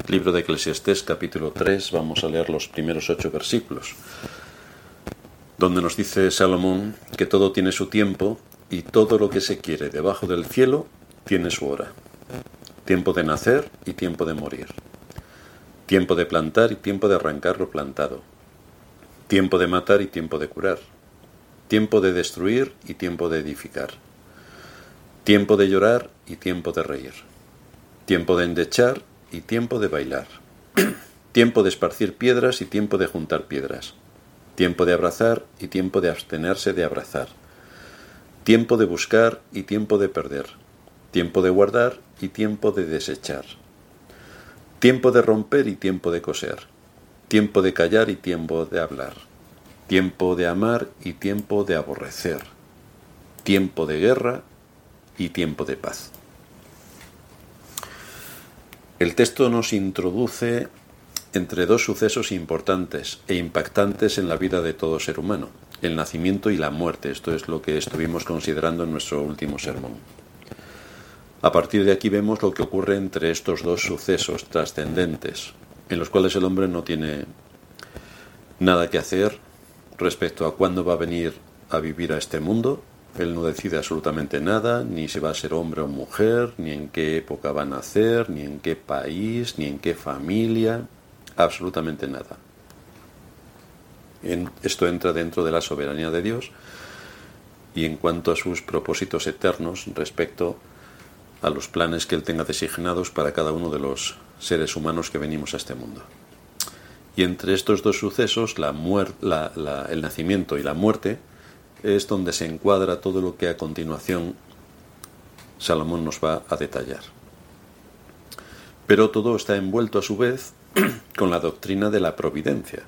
Libro de Eclesiastés, capítulo 3, vamos a leer los primeros 8 versículos, donde nos dice Salomón que todo tiene su tiempo y todo lo que se quiere debajo del cielo tiene su hora. Tiempo de nacer y tiempo de morir. Tiempo de plantar y tiempo de arrancar lo plantado. Tiempo de matar y tiempo de curar. Tiempo de destruir y tiempo de edificar. Tiempo de llorar y tiempo de reír. Tiempo de endechar y tiempo de bailar. Tiempo de esparcir piedras y tiempo de juntar piedras. Tiempo de abrazar y tiempo de abstenerse de abrazar. Tiempo de buscar y tiempo de perder. Tiempo de guardar y tiempo de desechar. Tiempo de romper y tiempo de coser. Tiempo de callar y tiempo de hablar. Tiempo de amar y tiempo de aborrecer. Tiempo de guerra y tiempo de paz. El texto nos introduce entre dos sucesos importantes e impactantes en la vida de todo ser humano, el nacimiento y la muerte. Esto es lo que estuvimos considerando en nuestro último sermón. A partir de aquí vemos lo que ocurre entre estos dos sucesos trascendentes, en los cuales el hombre no tiene nada que hacer respecto a cuándo va a venir a vivir a este mundo. Él no decide absolutamente nada, ni si va a ser hombre o mujer, ni en qué época va a nacer, ni en qué país, ni en qué familia, absolutamente nada. Esto entra dentro de la soberanía de Dios y en cuanto a sus propósitos eternos respecto a los planes que Él tenga designados para cada uno de los seres humanos que venimos a este mundo. Y entre estos dos sucesos, el nacimiento y la muerte, es donde se encuadra todo lo que a continuación Salomón nos va a detallar. Pero todo está envuelto a su vez con la doctrina de la providencia.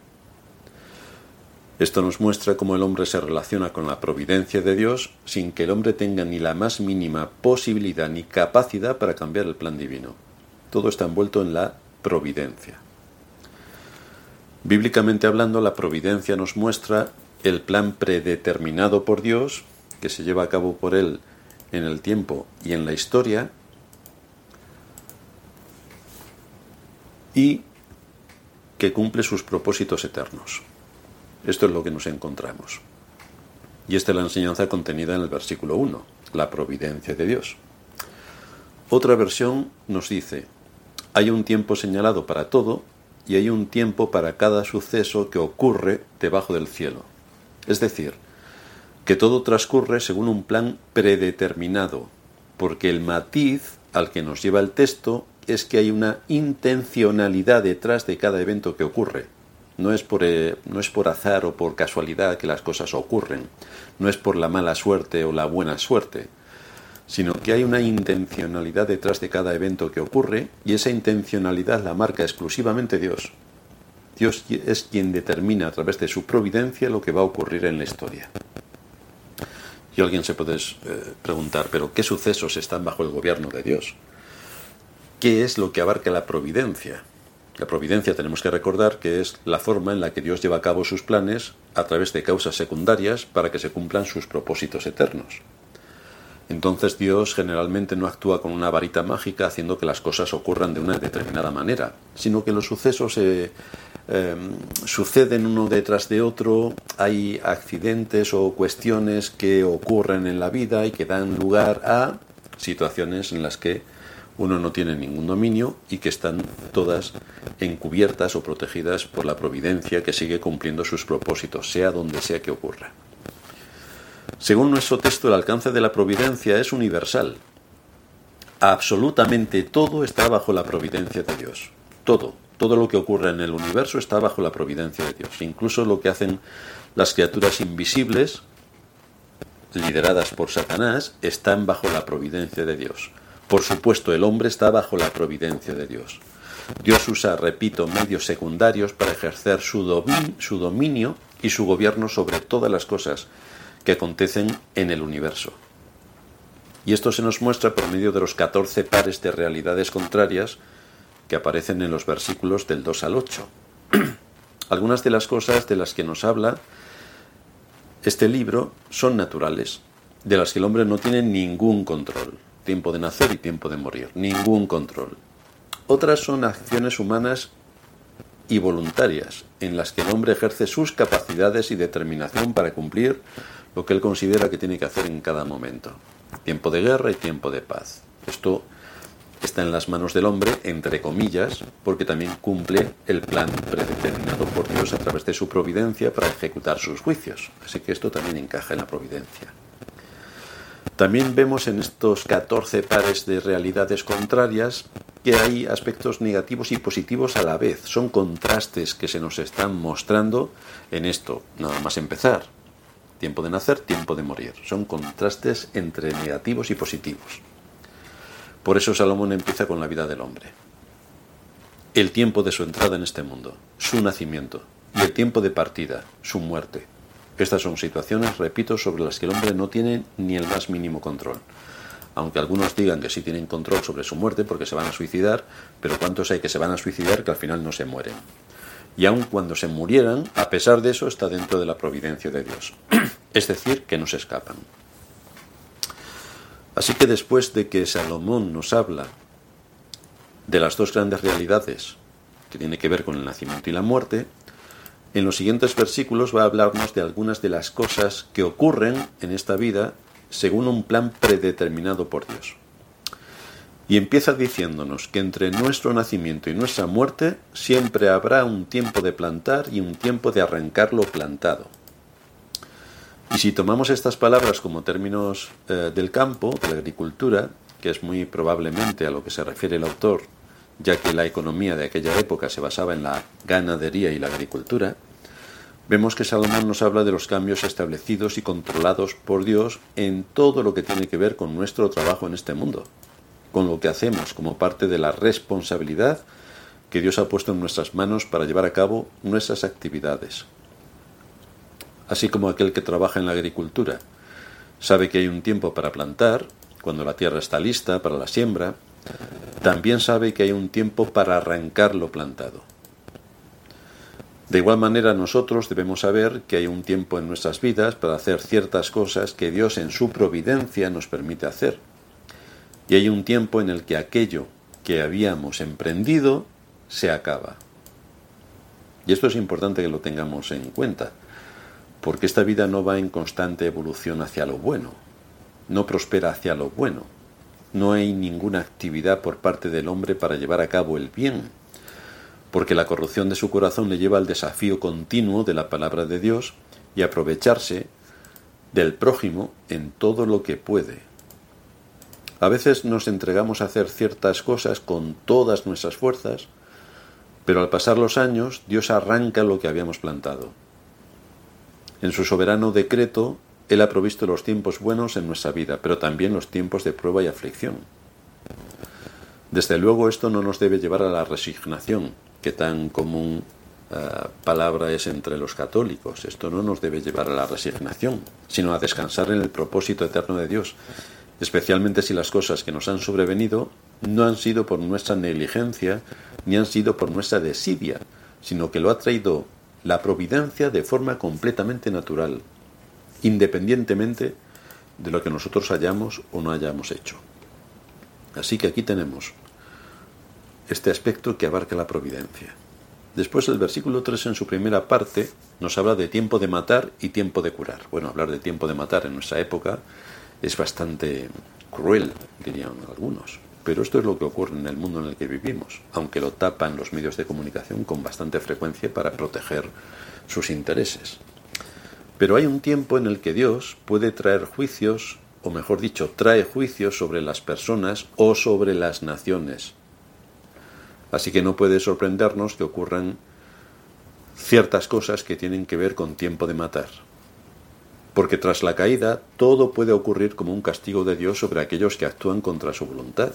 Esto nos muestra cómo el hombre se relaciona con la providencia de Dios sin que el hombre tenga ni la más mínima posibilidad ni capacidad para cambiar el plan divino. Todo está envuelto en la providencia. Bíblicamente hablando, la providencia nos muestra el plan predeterminado por Dios, que se lleva a cabo por Él en el tiempo y en la historia, y que cumple sus propósitos eternos. Esto es lo que nos encontramos. Y esta es la enseñanza contenida en el versículo 1, la providencia de Dios. Otra versión nos dice: hay un tiempo señalado para todo y hay un tiempo para cada suceso que ocurre debajo del cielo. Es decir, que todo transcurre según un plan predeterminado, porque el matiz al que nos lleva el texto es que hay una intencionalidad detrás de cada evento que ocurre. No es por azar o por casualidad que las cosas ocurren, no es por la mala suerte o la buena suerte, sino que hay una intencionalidad detrás de cada evento que ocurre, y esa intencionalidad la marca exclusivamente Dios. Dios es quien determina a través de su providencia lo que va a ocurrir en la historia. Y alguien se puede preguntar, ¿pero qué sucesos están bajo el gobierno de Dios? ¿Qué es lo que abarca la providencia? La providencia, tenemos que recordar, que es la forma en la que Dios lleva a cabo sus planes a través de causas secundarias para que se cumplan sus propósitos eternos. Entonces Dios generalmente no actúa con una varita mágica haciendo que las cosas ocurran de una determinada manera, sino que los sucesos suceden uno detrás de otro. Hay accidentes o cuestiones que ocurren en la vida y que dan lugar a situaciones en las que uno no tiene ningún dominio y que están todas encubiertas o protegidas por la providencia, que sigue cumpliendo sus propósitos, sea donde sea que ocurra. Según nuestro texto, el alcance de la providencia es universal. Absolutamente todo está bajo la providencia de Dios. Todo lo que ocurre en el universo está bajo la providencia de Dios. Incluso lo que hacen las criaturas invisibles, lideradas por Satanás, están bajo la providencia de Dios. Por supuesto, el hombre está bajo la providencia de Dios. Dios usa, repito, medios secundarios para ejercer su dominio y su gobierno sobre todas las cosas que acontecen en el universo. Y esto se nos muestra por medio de los 14 pares de realidades contrarias que aparecen en los versículos del 2 al 8. Algunas de las cosas de las que nos habla este libro son naturales, de las que el hombre no tiene ningún control. Tiempo de nacer y tiempo de morir, ningún control. Otras son acciones humanas y voluntarias, en las que el hombre ejerce sus capacidades y determinación para cumplir lo que él considera que tiene que hacer en cada momento. Tiempo de guerra y tiempo de paz. Esto está en las manos del hombre, entre comillas, porque también cumple el plan predeterminado por Dios a través de su providencia para ejecutar sus juicios. Así que esto también encaja en la providencia. También vemos en estos 14 pares de realidades contrarias que hay aspectos negativos y positivos a la vez. Son contrastes que se nos están mostrando en esto, nada más empezar. Tiempo de nacer, tiempo de morir. Son contrastes entre negativos y positivos. Por eso Salomón empieza con la vida del hombre. El tiempo de su entrada en este mundo, su nacimiento, y el tiempo de partida, su muerte. Estas son situaciones, repito, sobre las que el hombre no tiene ni el más mínimo control. Aunque algunos digan que sí tienen control sobre su muerte porque se van a suicidar, pero ¿cuántos hay que se van a suicidar que al final no se mueren? Y aun cuando se murieran, a pesar de eso, está dentro de la providencia de Dios. Es decir, que no se escapan. Así que después de que Salomón nos habla de las dos grandes realidades que tiene que ver con el nacimiento y la muerte, en los siguientes versículos va a hablarnos de algunas de las cosas que ocurren en esta vida según un plan predeterminado por Dios. Y empieza diciéndonos que entre nuestro nacimiento y nuestra muerte siempre habrá un tiempo de plantar y un tiempo de arrancar lo plantado. Y si tomamos estas palabras como términos del campo, de la agricultura, que es muy probablemente a lo que se refiere el autor, ya que la economía de aquella época se basaba en la ganadería y la agricultura, vemos que Salomón nos habla de los cambios establecidos y controlados por Dios en todo lo que tiene que ver con nuestro trabajo en este mundo, con lo que hacemos como parte de la responsabilidad que Dios ha puesto en nuestras manos para llevar a cabo nuestras actividades. Así como aquel que trabaja en la agricultura sabe que hay un tiempo para plantar, cuando la tierra está lista para la siembra, también sabe que hay un tiempo para arrancar lo plantado. De igual manera nosotros debemos saber que hay un tiempo en nuestras vidas para hacer ciertas cosas que Dios en su providencia nos permite hacer. Y hay un tiempo en el que aquello que habíamos emprendido se acaba. Y esto es importante que lo tengamos en cuenta, porque esta vida no va en constante evolución hacia lo bueno, no prospera hacia lo bueno. No hay ninguna actividad por parte del hombre para llevar a cabo el bien, porque la corrupción de su corazón le lleva al desafío continuo de la palabra de Dios y aprovecharse del prójimo en todo lo que puede. A veces nos entregamos a hacer ciertas cosas con todas nuestras fuerzas, pero al pasar los años Dios arranca lo que habíamos plantado. En su soberano decreto, Él ha provisto los tiempos buenos en nuestra vida, pero también los tiempos de prueba y aflicción. Desde luego esto no nos debe llevar a la resignación, que tan común palabra es entre los católicos. Esto no nos debe llevar a la resignación, sino a descansar en el propósito eterno de Dios, especialmente si las cosas que nos han sobrevenido no han sido por nuestra negligencia, ni han sido por nuestra desidia, sino que lo ha traído la providencia de forma completamente natural, independientemente de lo que nosotros hayamos o no hayamos hecho. Así que aquí tenemos este aspecto que abarca la providencia. Después el versículo 3 en su primera parte nos habla de tiempo de matar y tiempo de curar. Bueno, hablar de tiempo de matar en nuestra época es bastante cruel, dirían algunos. Pero esto es lo que ocurre en el mundo en el que vivimos, aunque lo tapan los medios de comunicación con bastante frecuencia para proteger sus intereses. Pero hay un tiempo en el que Dios puede traer juicios, o mejor dicho, trae juicios sobre las personas o sobre las naciones. Así que no puede sorprendernos que ocurran ciertas cosas que tienen que ver con tiempo de matar. Porque tras la caída, todo puede ocurrir como un castigo de Dios sobre aquellos que actúan contra su voluntad.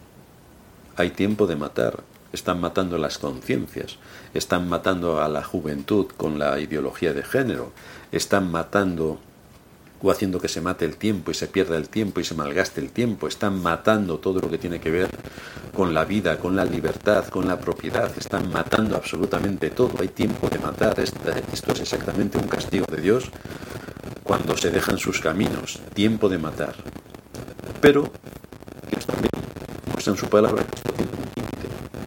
Hay tiempo de matar. Están matando las conciencias, están matando a la juventud con la ideología de género, están matando o haciendo que se mate el tiempo y se pierda el tiempo y se malgaste el tiempo, están matando todo lo que tiene que ver con la vida, con la libertad, con la propiedad, están matando absolutamente todo. Hay tiempo de matar. Esto es exactamente un castigo de Dios cuando se dejan sus caminos, tiempo de matar. Pero Dios también muestra en su palabra que esto tiene un límite.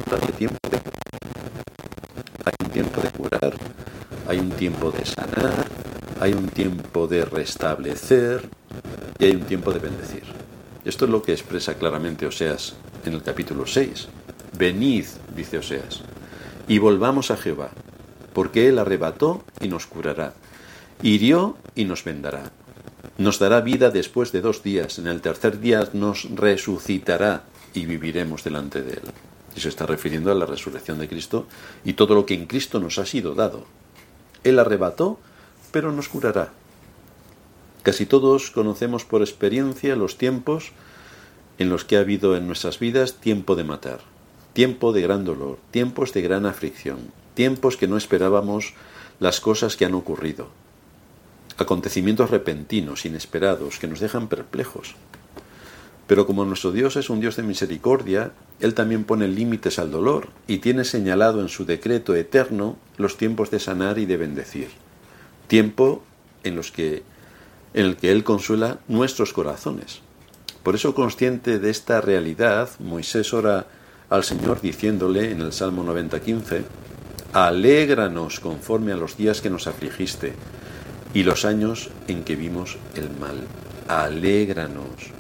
habla de tiempo de... Hay un tiempo de curar, hay un tiempo de sanar, hay un tiempo de restablecer y hay un tiempo de bendecir. Esto es lo que expresa claramente Oseas en el capítulo 6. Venid, dice Oseas, y volvamos a Jehová, porque Él arrebató y nos curará, hirió y nos vendará. Nos dará vida después de 2 días, en el tercer día nos resucitará y viviremos delante de Él. Y se está refiriendo a la resurrección de Cristo y todo lo que en Cristo nos ha sido dado. Él arrebató, pero nos curará. Casi todos conocemos por experiencia los tiempos en los que ha habido en nuestras vidas tiempo de matar, tiempo de gran dolor, tiempos de gran aflicción, tiempos que no esperábamos las cosas que han ocurrido, acontecimientos repentinos, inesperados, que nos dejan perplejos. Pero como nuestro Dios es un Dios de misericordia, Él también pone límites al dolor y tiene señalado en su decreto eterno los tiempos de sanar y de bendecir. Tiempo en el que Él consuela nuestros corazones. Por eso, consciente de esta realidad, Moisés ora al Señor diciéndole en el Salmo 90:15: alégranos conforme a los días que nos afligiste y los años en que vimos el mal. Alégranos.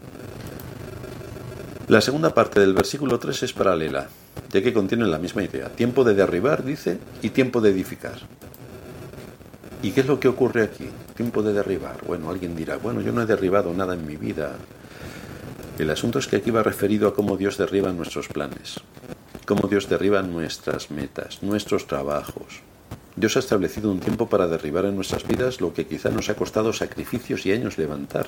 La segunda parte del versículo 3 es paralela, ya que contiene la misma idea. Tiempo de derribar, dice, y tiempo de edificar. ¿Y qué es lo que ocurre aquí? Tiempo de derribar. Bueno, alguien dirá, bueno, yo no he derribado nada en mi vida. El asunto es que aquí va referido a cómo Dios derriba nuestros planes, cómo Dios derriba nuestras metas, nuestros trabajos. Dios ha establecido un tiempo para derribar en nuestras vidas lo que quizá nos ha costado sacrificios y años levantar.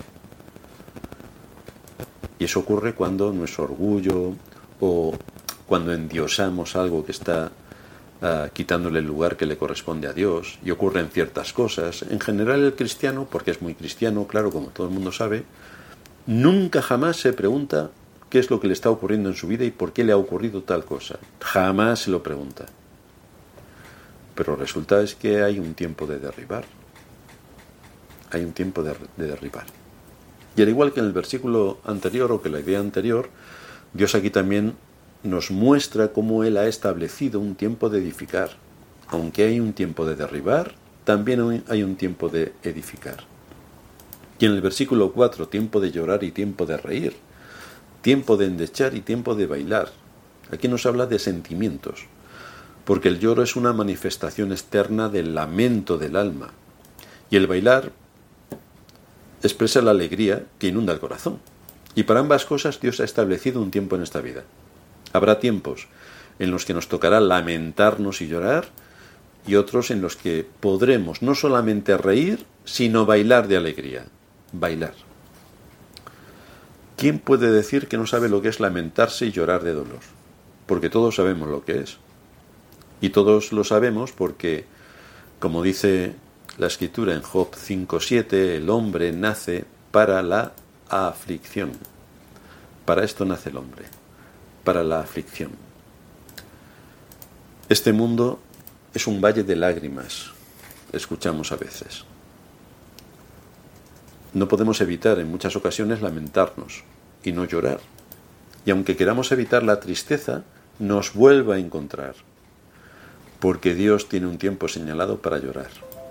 Y eso ocurre cuando nuestro orgullo o cuando endiosamos algo que está quitándole el lugar que le corresponde a Dios, y ocurren ciertas cosas. En general el cristiano, porque es muy cristiano, claro, como todo el mundo sabe, nunca jamás se pregunta qué es lo que le está ocurriendo en su vida y por qué le ha ocurrido tal cosa. Jamás se lo pregunta. Pero resulta es que hay un tiempo de derribar. Hay un tiempo de derribar. Y al igual que en el versículo anterior, o que la idea anterior, Dios aquí también nos muestra cómo Él ha establecido un tiempo de edificar. Aunque hay un tiempo de derribar, también hay un tiempo de edificar. Y en el versículo 4, tiempo de llorar y tiempo de reír, tiempo de endechar y tiempo de bailar. Aquí nos habla de sentimientos, porque el lloro es una manifestación externa del lamento del alma, y el bailar expresa la alegría que inunda el corazón. Y para ambas cosas Dios ha establecido un tiempo en esta vida. Habrá tiempos en los que nos tocará lamentarnos y llorar, y otros en los que podremos no solamente reír, sino bailar de alegría. Bailar. ¿Quién puede decir que no sabe lo que es lamentarse y llorar de dolor? Porque todos sabemos lo que es. Y todos lo sabemos porque, como dice la Escritura en Job 5:7, el hombre nace para la aflicción. Para esto nace el hombre, para la aflicción. Este mundo es un valle de lágrimas, escuchamos a veces. No podemos evitar en muchas ocasiones lamentarnos y no llorar. Y aunque queramos evitar la tristeza, nos vuelve a encontrar, porque Dios tiene un tiempo señalado para llorar.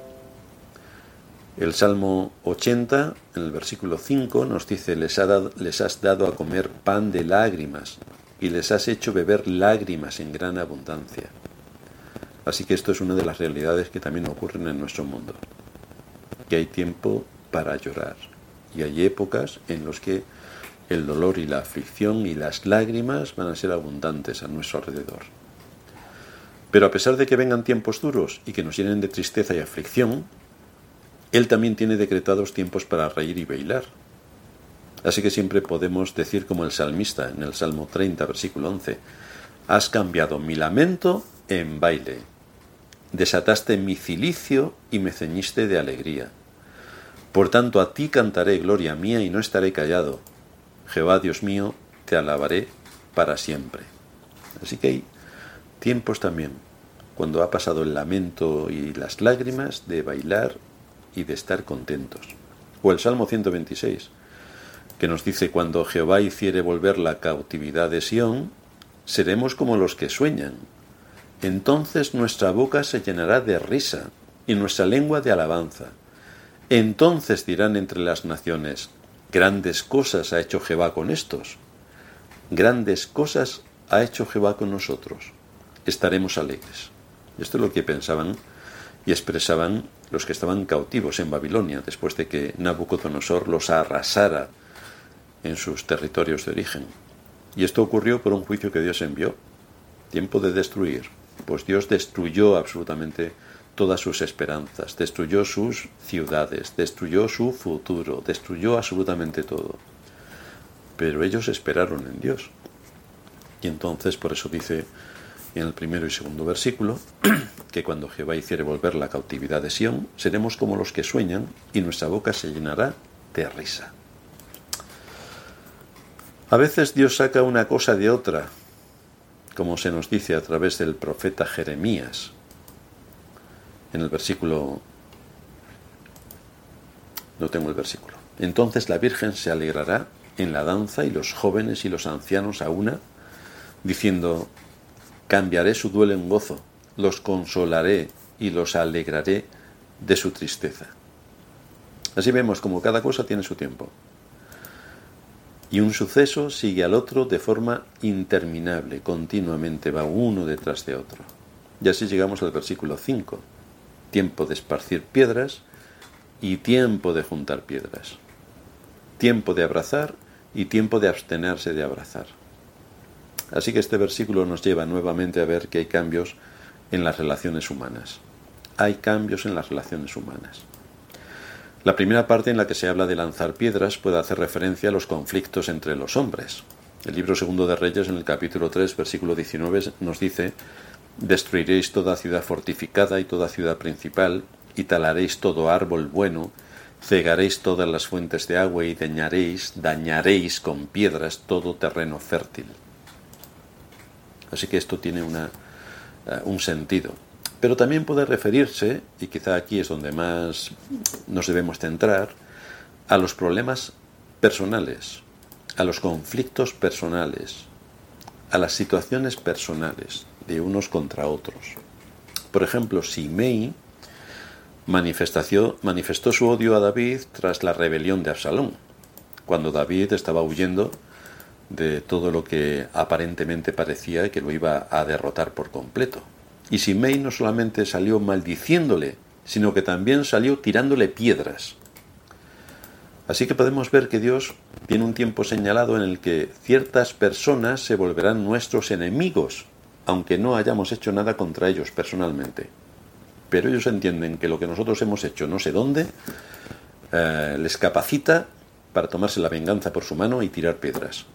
El Salmo 80, en el versículo 5, nos dice: les has dado a comer pan de lágrimas y les has hecho beber lágrimas en gran abundancia. Así que esto es una de las realidades que también ocurren en nuestro mundo, que hay tiempo para llorar y hay épocas en las que el dolor y la aflicción y las lágrimas van a ser abundantes a nuestro alrededor. Pero a pesar de que vengan tiempos duros y que nos llenen de tristeza y aflicción, Él también tiene decretados tiempos para reír y bailar. Así que siempre podemos decir como el salmista en el Salmo 30, versículo 11: has cambiado mi lamento en baile, desataste mi cilicio y me ceñiste de alegría. Por tanto, a ti cantaré gloria mía y no estaré callado. Jehová, Dios mío, te alabaré para siempre. Así que hay tiempos también, cuando ha pasado el lamento y las lágrimas, de bailar y de estar contentos. O el Salmo 126, que nos dice: cuando Jehová hiciere volver la cautividad de Sión, seremos como los que sueñan. Entonces nuestra boca se llenará de risa y nuestra lengua de alabanza. Entonces dirán entre las naciones, grandes cosas ha hecho Jehová con estos. Grandes cosas ha hecho Jehová con nosotros. Estaremos alegres. Esto es lo que pensaban y expresaban los que estaban cautivos en Babilonia, después de que Nabucodonosor los arrasara en sus territorios de origen. Y esto ocurrió por un juicio que Dios envió. Tiempo de destruir. Pues Dios destruyó absolutamente todas sus esperanzas, destruyó sus ciudades, destruyó su futuro, destruyó absolutamente todo. Pero ellos esperaron en Dios. Y entonces, por eso dice en el primero y segundo versículo, que cuando Jehová hiciere volver la cautividad de Sión, seremos como los que sueñan, y nuestra boca se llenará de risa. A veces Dios saca una cosa de otra, como se nos dice a través del profeta Jeremías, en el versículo... No tengo el versículo. Entonces la Virgen se alegrará en la danza, y los jóvenes y los ancianos a una, diciendo, cambiaré su duelo en gozo, los consolaré y los alegraré de su tristeza. Así vemos como cada cosa tiene su tiempo. Y un suceso sigue al otro de forma interminable, continuamente va uno detrás de otro. Y así llegamos al versículo 5. Tiempo de esparcir piedras y tiempo de juntar piedras. Tiempo de abrazar y tiempo de abstenerse de abrazar. Así que este versículo nos lleva nuevamente a ver que hay cambios en las relaciones humanas. Hay cambios en las relaciones humanas. La primera parte, en la que se habla de lanzar piedras, puede hacer referencia a los conflictos entre los hombres. El libro segundo de Reyes, en el capítulo 3, versículo 19, nos dice: destruiréis toda ciudad fortificada y toda ciudad principal, y talaréis todo árbol bueno, cegaréis todas las fuentes de agua y dañaréis con piedras todo terreno fértil. Así que esto tiene un sentido. Pero también puede referirse, y quizá aquí es donde más nos debemos centrar, a los problemas personales, a los conflictos personales, a las situaciones personales de unos contra otros. Por ejemplo, Simei manifestó su odio a David tras la rebelión de Absalón, cuando David estaba huyendo de todo lo que aparentemente parecía que lo iba a derrotar por completo. Y Simei no solamente salió maldiciéndole, sino que también salió tirándole piedras. Así que podemos ver que Dios tiene un tiempo señalado en el que ciertas personas se volverán nuestros enemigos, aunque no hayamos hecho nada contra ellos personalmente. Pero ellos entienden que lo que nosotros hemos hecho no sé dónde, les capacita para tomarse la venganza por su mano y tirar piedras.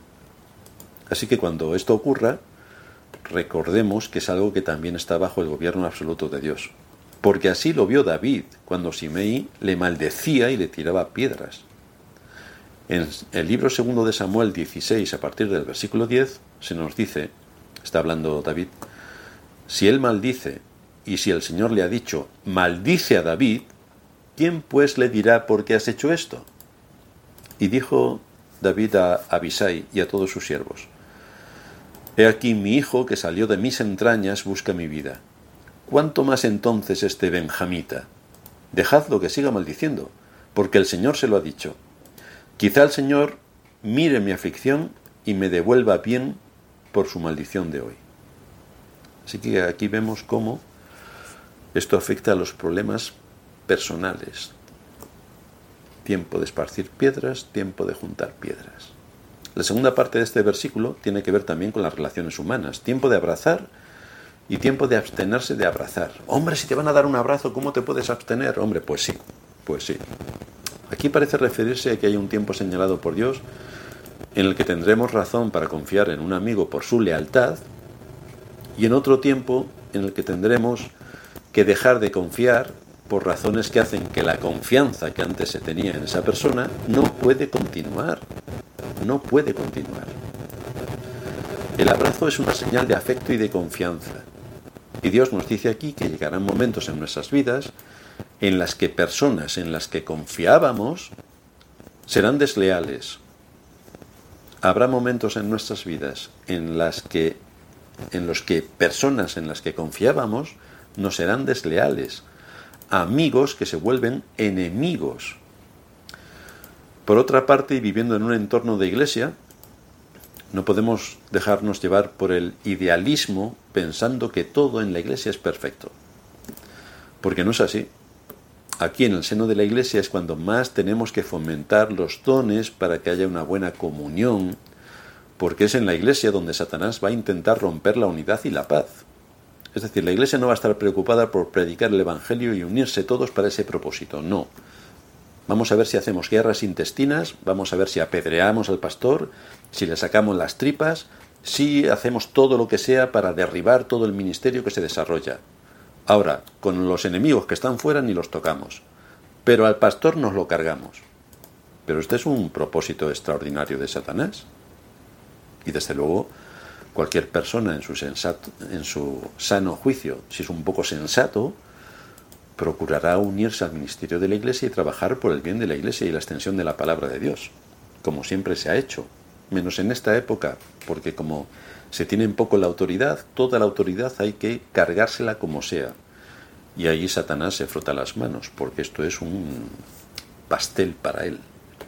Así que cuando esto ocurra, recordemos que es algo que también está bajo el gobierno absoluto de Dios. Porque así lo vio David cuando Simei le maldecía y le tiraba piedras. En el libro segundo de Samuel 16, a partir del versículo 10, se nos dice, está hablando David, si él maldice y si el Señor le ha dicho, maldice a David, ¿quién pues le dirá por qué has hecho esto? Y dijo David a Abisai y a todos sus siervos, he aquí mi hijo que salió de mis entrañas busca mi vida. ¿Cuánto más entonces este benjamita? Dejadlo que siga maldiciendo, porque el Señor se lo ha dicho. Quizá el Señor mire mi aflicción y me devuelva bien por su maldición de hoy. Así que aquí vemos cómo esto afecta a los problemas personales. Tiempo de esparcir piedras, tiempo de juntar piedras. La segunda parte de este versículo tiene que ver también con las relaciones humanas. Tiempo de abrazar y tiempo de abstenerse de abrazar. Hombre, si te van a dar un abrazo, ¿cómo te puedes abstener? Hombre, pues sí. Aquí parece referirse a que hay un tiempo señalado por Dios en el que tendremos razón para confiar en un amigo por su lealtad, y en otro tiempo en el que tendremos que dejar de confiar por razones que hacen que la confianza que antes se tenía en esa persona no puede continuar. No puede continuar. El abrazo es una señal de afecto y de confianza. Y Dios nos dice aquí que llegarán momentos en nuestras vidas en las que personas en las que confiábamos serán desleales, habrá momentos en nuestras vidas en los que personas en las que confiábamos nos serán desleales, amigos que se vuelven enemigos. Por otra parte, y viviendo en un entorno de iglesia, no podemos dejarnos llevar por el idealismo pensando que todo en la iglesia es perfecto. Porque no es así. Aquí en el seno de la iglesia es cuando más tenemos que fomentar los dones para que haya una buena comunión, porque es en la iglesia donde Satanás va a intentar romper la unidad y la paz. Es decir, la iglesia no va a estar preocupada por predicar el evangelio y unirse todos para ese propósito, no. Vamos a ver si hacemos guerras intestinas, vamos a ver si apedreamos al pastor, si le sacamos las tripas, si hacemos todo lo que sea para derribar todo el ministerio que se desarrolla. Ahora, con los enemigos que están fuera ni los tocamos, pero al pastor nos lo cargamos. Pero este es un propósito extraordinario de Satanás. Y desde luego, cualquier persona en su sano juicio, si es un poco sensato, procurará unirse al ministerio de la Iglesia y trabajar por el bien de la Iglesia y la extensión de la palabra de Dios, como siempre se ha hecho, menos en esta época, porque como se tiene en poco la autoridad, toda la autoridad hay que cargársela como sea. Y ahí Satanás se frota las manos, porque esto es un pastel para él.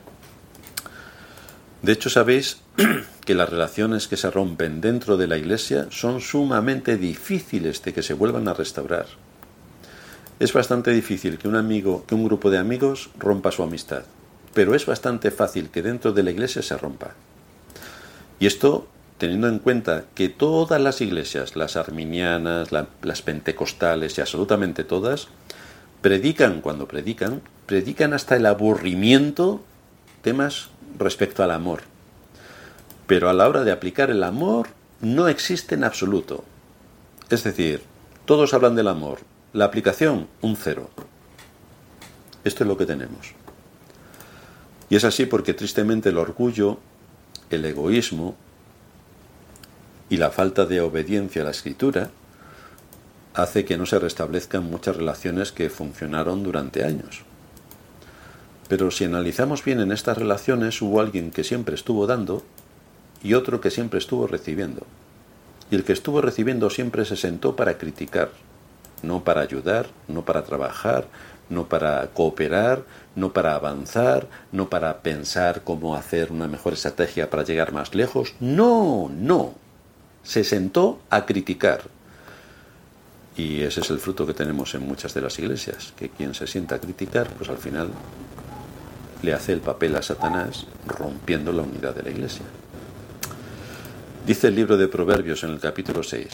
De hecho, sabéis que las relaciones que se rompen dentro de la Iglesia son sumamente difíciles de que se vuelvan a restaurar. Es bastante difícil que un grupo de amigos rompa su amistad, pero es bastante fácil que dentro de la Iglesia se rompa. Y esto teniendo en cuenta que todas las iglesias, las arminianas, las pentecostales y absolutamente todas, cuando predican hasta el aburrimiento temas respecto al amor. Pero a la hora de aplicar el amor no existe en absoluto. Es decir, todos hablan del amor, la aplicación, un 0. Esto es lo que tenemos. Y es así porque tristemente el orgullo, el egoísmo y la falta de obediencia a la Escritura hace que no se restablezcan muchas relaciones que funcionaron durante años. Pero si analizamos bien en estas relaciones, hubo alguien que siempre estuvo dando y otro que siempre estuvo recibiendo. Y el que estuvo recibiendo siempre se sentó para criticar, no para ayudar, no para trabajar, no para cooperar, no para avanzar, no para pensar cómo hacer una mejor estrategia para llegar más lejos. No. Se sentó a criticar. Y ese es el fruto que tenemos en muchas de las iglesias, que quien se sienta a criticar, pues al final le hace el papel a Satanás, rompiendo la unidad de la iglesia. Dice el libro de Proverbios en el capítulo 6.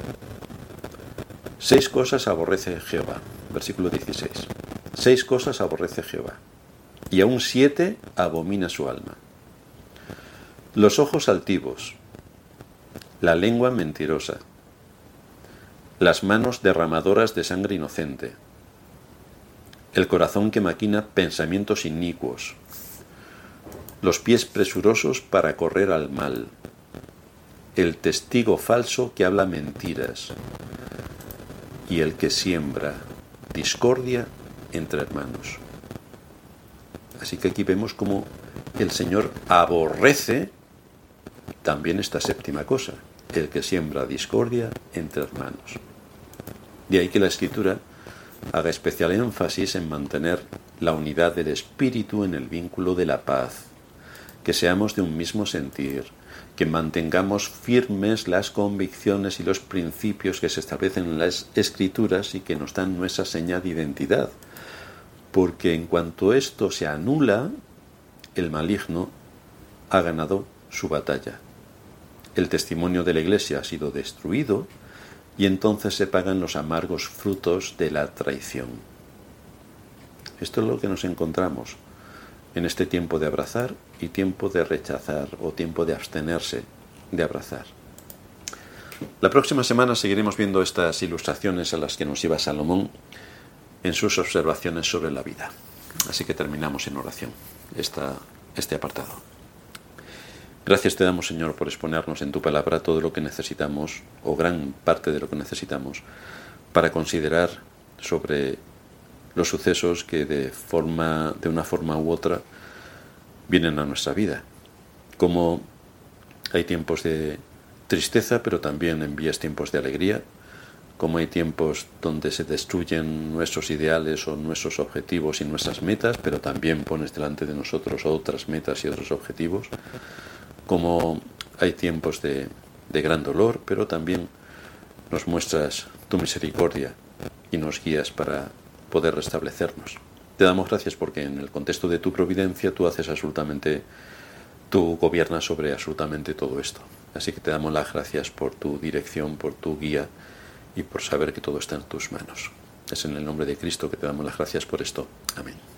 6 cosas aborrece Jehová. Versículo 16. 6 cosas aborrece Jehová, y aún 7 abomina su alma. Los ojos altivos, la lengua mentirosa, las manos derramadoras de sangre inocente, el corazón que maquina pensamientos inicuos, los pies presurosos para correr al mal, el testigo falso que habla mentiras, y el que siembra discordia entre hermanos. Así que aquí vemos cómo el Señor aborrece también esta séptima cosa, el que siembra discordia entre hermanos. De ahí que la Escritura haga especial énfasis en mantener la unidad del espíritu en el vínculo de la paz, que seamos de un mismo sentir, que mantengamos firmes las convicciones y los principios que se establecen en las Escrituras y que nos dan nuestra señal de identidad, porque en cuanto esto se anula, el maligno ha ganado su batalla. El testimonio de la Iglesia ha sido destruido y entonces se pagan los amargos frutos de la traición. Esto es lo que nos encontramos en este tiempo de abrazar y tiempo de rechazar o tiempo de abstenerse de abrazar. La próxima semana seguiremos viendo estas ilustraciones a las que nos lleva Salomón en sus observaciones sobre la vida. Así que terminamos en oración este apartado. Gracias te damos, Señor, por exponernos en tu palabra todo lo que necesitamos, o gran parte de lo que necesitamos, para considerar sobre los sucesos que de una forma u otra vienen a nuestra vida. Como Hay tiempos de tristeza, pero también envías tiempos de alegría. Como hay tiempos donde se destruyen nuestros ideales o nuestros objetivos y nuestras metas, pero también pones delante de nosotros otras metas y otros objetivos. Como hay tiempos de gran dolor, pero también nos muestras tu misericordia y nos guías para poder restablecernos. Te damos gracias porque en el contexto de tu providencia tú gobiernas sobre absolutamente todo esto. Así que te damos las gracias por tu dirección, por tu guía y por saber que todo está en tus manos. Es en el nombre de Cristo que te damos las gracias por esto. Amén.